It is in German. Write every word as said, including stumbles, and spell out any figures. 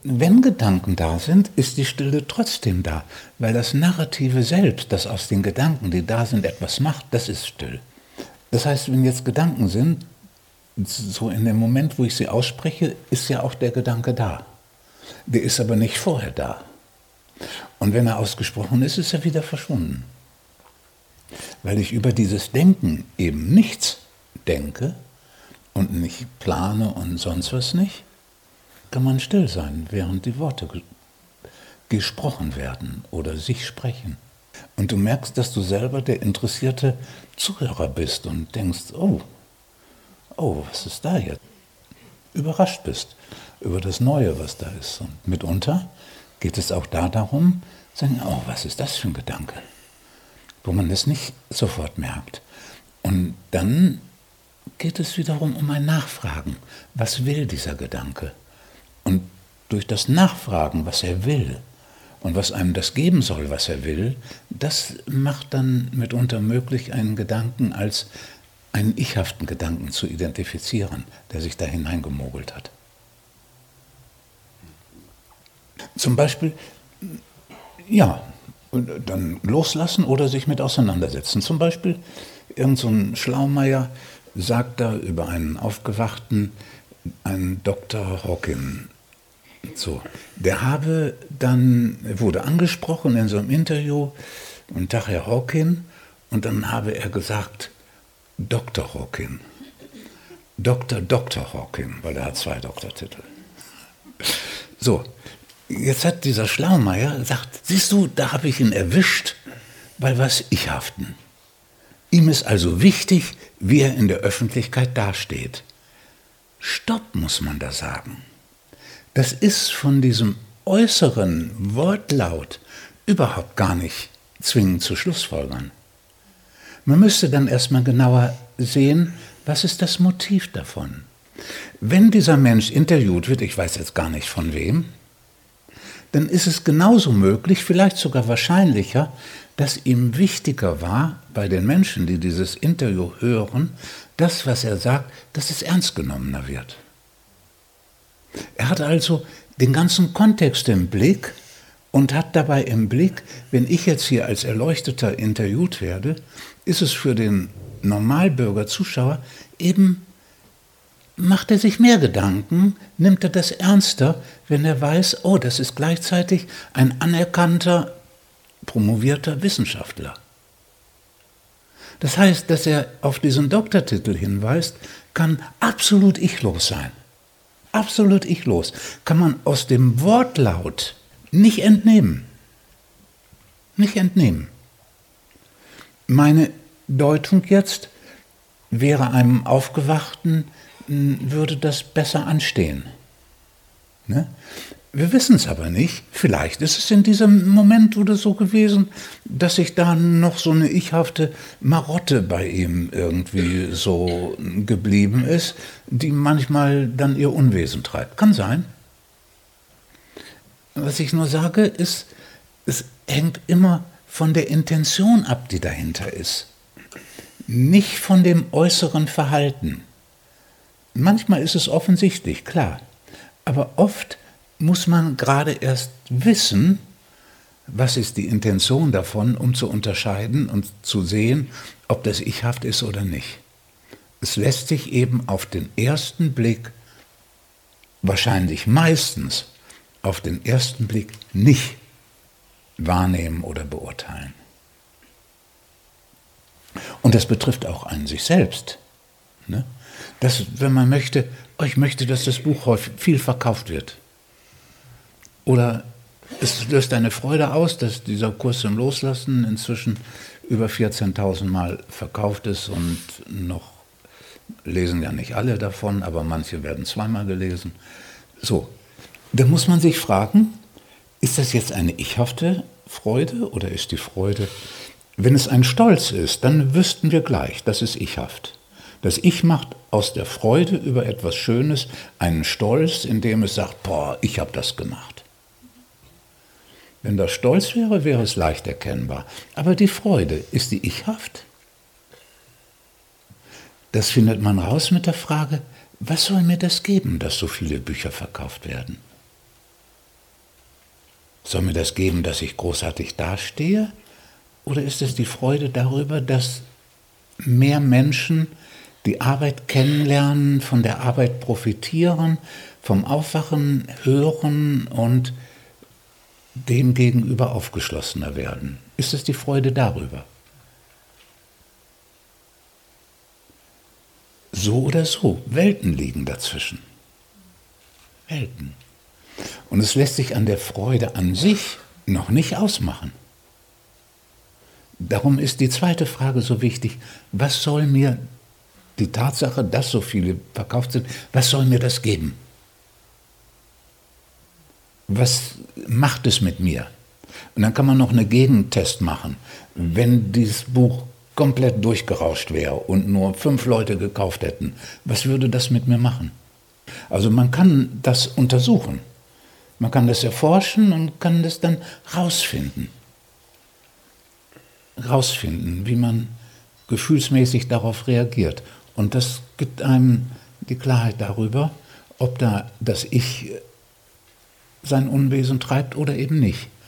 wenn Gedanken da sind, ist die Stille trotzdem da, weil das Narrative selbst, das aus den Gedanken, die da sind, etwas macht, das ist still. Das heißt, wenn jetzt Gedanken sind, so in dem Moment, wo ich sie ausspreche, ist ja auch der Gedanke da. Der ist aber nicht vorher da. Und wenn er ausgesprochen ist, ist er wieder verschwunden. Weil ich über dieses Denken eben nichts denke und nicht plane und sonst was nicht, kann man still sein, während die Worte ge- gesprochen werden oder sich sprechen. Und du merkst, dass du selber der interessierte Zuhörer bist und denkst, oh, oh, was ist da jetzt? Überrascht bist über das Neue, was da ist. Und mitunter geht es auch da darum, zu sagen, oh, was ist das für ein Gedanke? Wo man das nicht sofort merkt. Und dann geht es wiederum um ein Nachfragen. Was will dieser Gedanke? Und durch das Nachfragen, was er will und was einem das geben soll, was er will, das macht dann mitunter möglich, einen Gedanken als einen ichhaften Gedanken zu identifizieren, der sich da hineingemogelt hat. Zum Beispiel, ja, dann loslassen oder sich mit auseinandersetzen. Zum Beispiel, irgend so ein Schlaumeier sagt da über einen Aufgewachten, ein Doktor Hawking, so, der habe dann, wurde angesprochen in so einem Interview, guten Tag, Herr Hawking, und dann habe er gesagt, Doktor Hawking, Doktor Doktor Hawking, weil er hat zwei Doktortitel. So, jetzt hat dieser Schlaumeier gesagt, siehst du, da habe ich ihn erwischt, bei was Ichhaften. Ihm ist also wichtig, wie er in der Öffentlichkeit dasteht. Stopp, muss man da sagen. Das ist von diesem äußeren Wortlaut überhaupt gar nicht zwingend zu schlussfolgern. Man müsste dann erstmal genauer sehen, was ist das Motiv davon. Wenn dieser Mensch interviewt wird, ich weiß jetzt gar nicht von wem, dann ist es genauso möglich, vielleicht sogar wahrscheinlicher, dass ihm wichtiger war, bei den Menschen, die dieses Interview hören, das, was er sagt, dass es ernst genommener wird. Er hat also den ganzen Kontext im Blick und hat dabei im Blick, wenn ich jetzt hier als Erleuchteter interviewt werde, ist es für den Normalbürger, Zuschauer eben, macht er sich mehr Gedanken, nimmt er das ernster, wenn er weiß, oh, das ist gleichzeitig ein anerkannter, promovierter Wissenschaftler. Das heißt, dass er auf diesen Doktortitel hinweist, kann absolut ichlos sein. Absolut ichlos. Kann man aus dem Wortlaut nicht entnehmen. Nicht entnehmen. Meine Deutung jetzt wäre einem Aufgewachten, würde das besser anstehen. Ne? Wir wissen es aber nicht. Vielleicht ist es in diesem Moment oder so gewesen, dass sich da noch so eine ichhafte Marotte bei ihm irgendwie so geblieben ist, die manchmal dann ihr Unwesen treibt. Kann sein. Was ich nur sage, ist, es hängt immer von der Intention ab, die dahinter ist. Nicht von dem äußeren Verhalten. Manchmal ist es offensichtlich, klar. Aber oft muss man gerade erst wissen, was ist die Intention davon, um zu unterscheiden und zu sehen, ob das ichhaft ist oder nicht. Es lässt sich eben auf den ersten Blick, wahrscheinlich meistens auf den ersten Blick nicht wahrnehmen oder beurteilen. Und das betrifft auch einen sich selbst. Ne? Dass, wenn man möchte, oh, ich möchte, dass das Buch häufig viel verkauft wird. Oder es löst eine Freude aus, dass dieser Kurs im Loslassen inzwischen über vierzehntausend Mal verkauft ist und noch lesen ja nicht alle davon, aber manche werden zweimal gelesen. So, da muss man sich fragen, ist das jetzt eine ichhafte Freude oder ist die Freude, wenn es ein Stolz ist, dann wüssten wir gleich, das ist ichhaft. Das Ich macht aus der Freude über etwas Schönes einen Stolz, indem es sagt, boah, ich habe das gemacht. Wenn das Stolz wäre, wäre es leicht erkennbar. Aber die Freude, ist die ichhaft? Das findet man raus mit der Frage, was soll mir das geben, dass so viele Bücher verkauft werden? soll mir das geben, dass ich großartig dastehe? Oder ist es die Freude darüber, dass mehr Menschen die Arbeit kennenlernen, von der Arbeit profitieren, vom Aufwachen hören und dem gegenüber aufgeschlossener werden? Ist es die Freude darüber? So oder so, Welten liegen dazwischen. Welten. Und es lässt sich an der Freude an sich noch nicht ausmachen. Darum ist die zweite Frage so wichtig: Was soll mir die Tatsache, dass so viele verkauft sind, was soll mir das geben? Was macht es mit mir? Und dann kann man noch einen Gegentest machen. Wenn dieses Buch komplett durchgerauscht wäre und nur fünf Leute gekauft hätten, was würde das mit mir machen? Also man kann das untersuchen. Man kann das erforschen und kann das dann rausfinden. Rausfinden, wie man gefühlsmäßig darauf reagiert. Und das gibt einem die Klarheit darüber, ob da das Ich sein Unwesen treibt oder eben nicht.